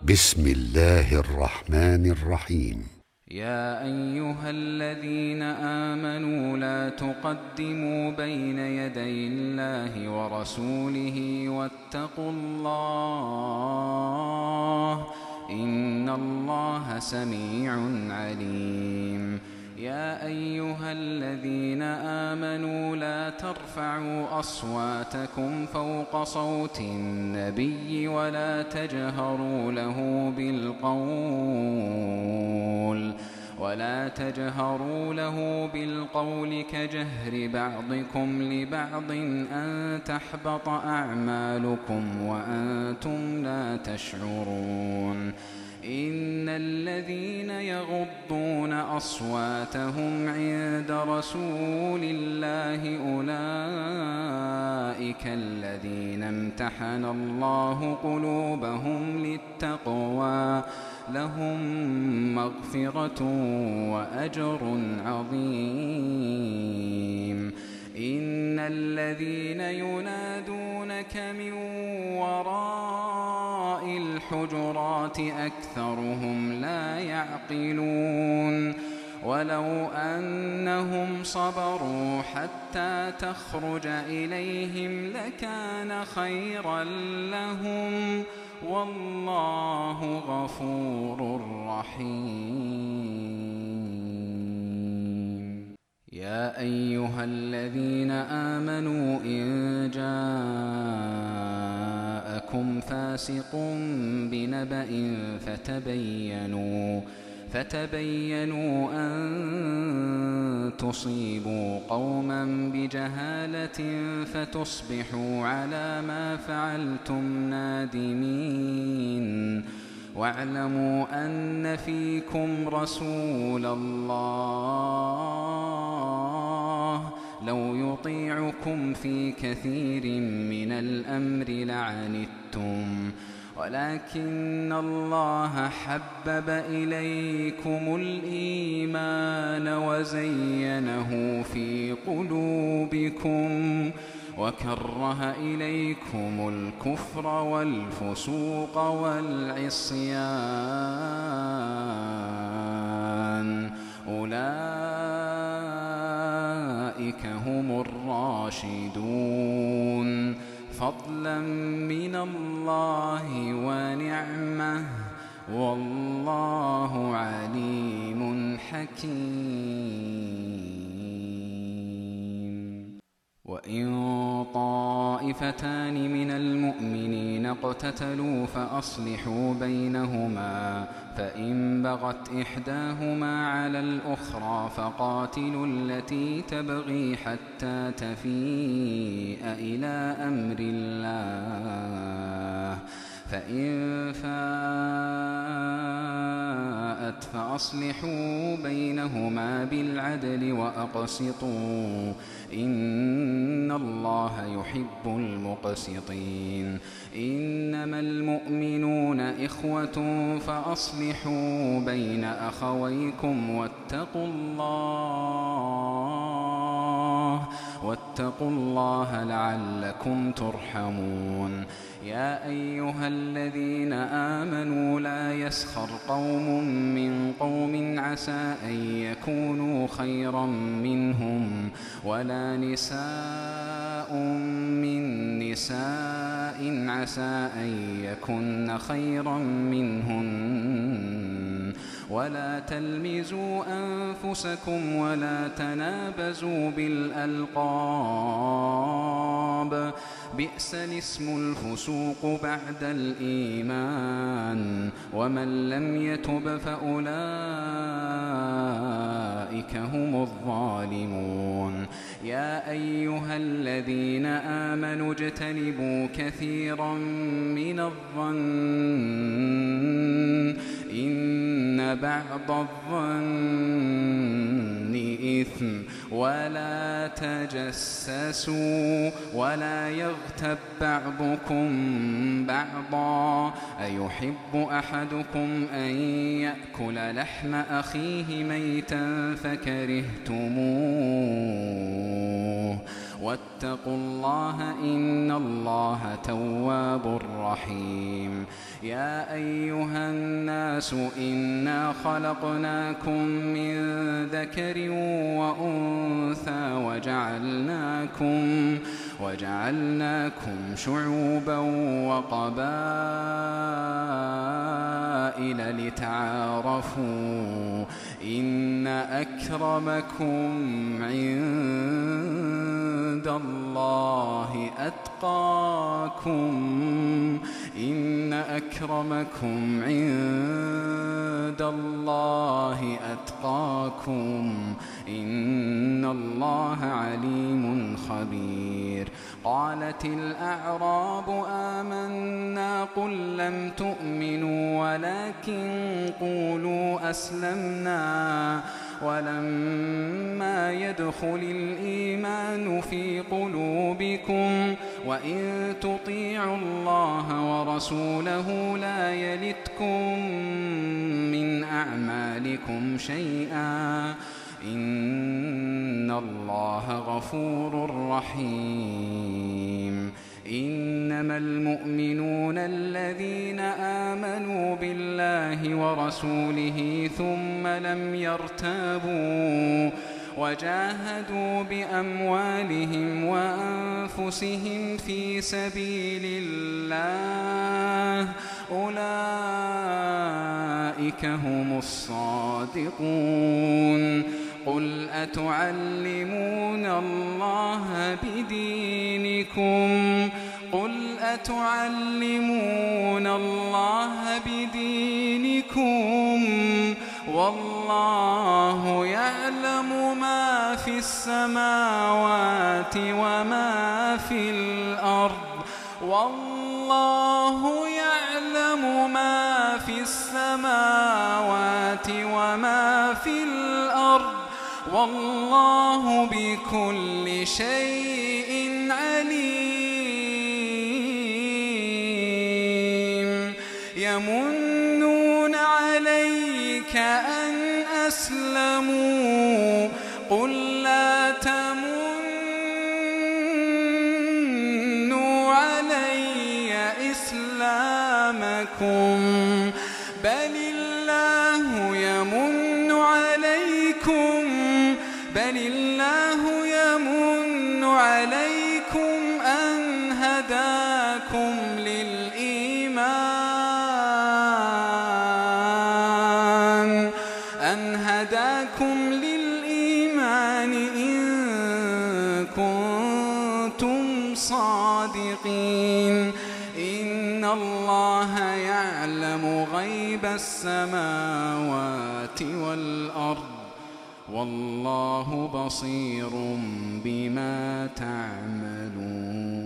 بسم الله الرحمن الرحيم. يا أيها الذين آمنوا لا تقدموا بين يدي الله ورسوله واتقوا الله إن الله سميع عليم. يا أيها الذين آمنوا لا ترفعوا أصواتكم فوق صوت النبي ولا تجهروا له بالقول كجهر بعضكم لبعض أن تحبط أعمالكم وأنتم لا تشعرون. إن الذين يغضون أصواتهم عند رسول الله أولئك الذين امتحن الله قلوبهم للتقوى لهم مغفرة وأجر عظيم. إن الذين ينادونك من وراء الحجرات أكثرهم لا يعقلون. ولو أنهم صبروا حتى تخرج إليهم لكان خيرا لهم والله غفور رحيم. يا أيها الذين آمنوا إن جاءكم فاسق بنبأ فتبينوا أن تصيبوا قوما بجهالة فتصبحوا على ما فعلتم نادمين. واعلموا أن فيكم رسول الله لو يطيعكم في كثير من الأمر لعنتم ولكن الله حبب إليكم الإيمان وزينه في قلوبكم وكره إليكم الكفر والفسوق والعصيان أولئك هم الراشدون فضلا من الله ونعمة والله عليم حكيم. وإن طائفتان من المؤمنين اقتتلوا فأصلحوا بينهما فإن بغت إحداهما على الأخرى فقاتلوا التي تبغي حتى تفيء إلى أمر الله فإن فاءت فأصلحوا بينهما بالعدل وأقسطوا إن الله يحب المقسطين. إنما المؤمنون إخوة فأصلحوا بين أخويكم واتقوا الله لعلكم ترحمون. يا أيها الذين آمنوا لا يسخر قوم من قوم عسى أن يكونوا خيرا منهم ولا نساء من نساء عسى أن يكن خيرا منهن ولا تلمزوا أنفسكم ولا تنابزوا بالألقاب بئس الاسم الفسوق بعد الإيمان ومن لم يتب فأولئك هم الظالمون. يا أيها الذين آمنوا اجتنبوا كثيرا من الظن إن بعض الظن إثم ولا تجسسوا ولا يغتب بعضكم بعضا أيحب أحدكم أن يأكل لحم أخيه ميتا فكرهتموه واتقوا الله إن الله تواب رحيم. يا أيها الناس إنا خلقناكم من ذكر وأنثى وجعلناكم شعوبا وقبائل لتعارفوا إن أكرمكم عند الله أتقاكم إن أكرمكم عند الله أتقاكم إن الله عليم خبير. قالت الأعراب آمنا قل لم تؤمنوا ولكن قولوا أسلمنا ولما يدخل الإيمان في قلوبكم وإن تطيعوا الله ورسوله لا يلتكم من أعمالكم شيئا إن الله غفور رحيم. إنما المؤمنون الذين آمنوا بالله ورسوله ثم لم يرتابوا وجاهدوا بأموالهم وأنفسهم في سبيل الله أولئك هم الصادقون. قل أتعلمون الله بدينكم والله يعلم ما في السماوات وما في الأرض والله يعلم ما في السماوات وما في الأرض والله بكل شيء عليم. يمنون عليك أن أسلموا قل لا تمنوا علي إسلامكم بل الله يمن عليكم أن هداكم للإيمان إن كنتم صادقين. إن الله يعلم غيب السماوات والأرض والله بصير بما تعملون.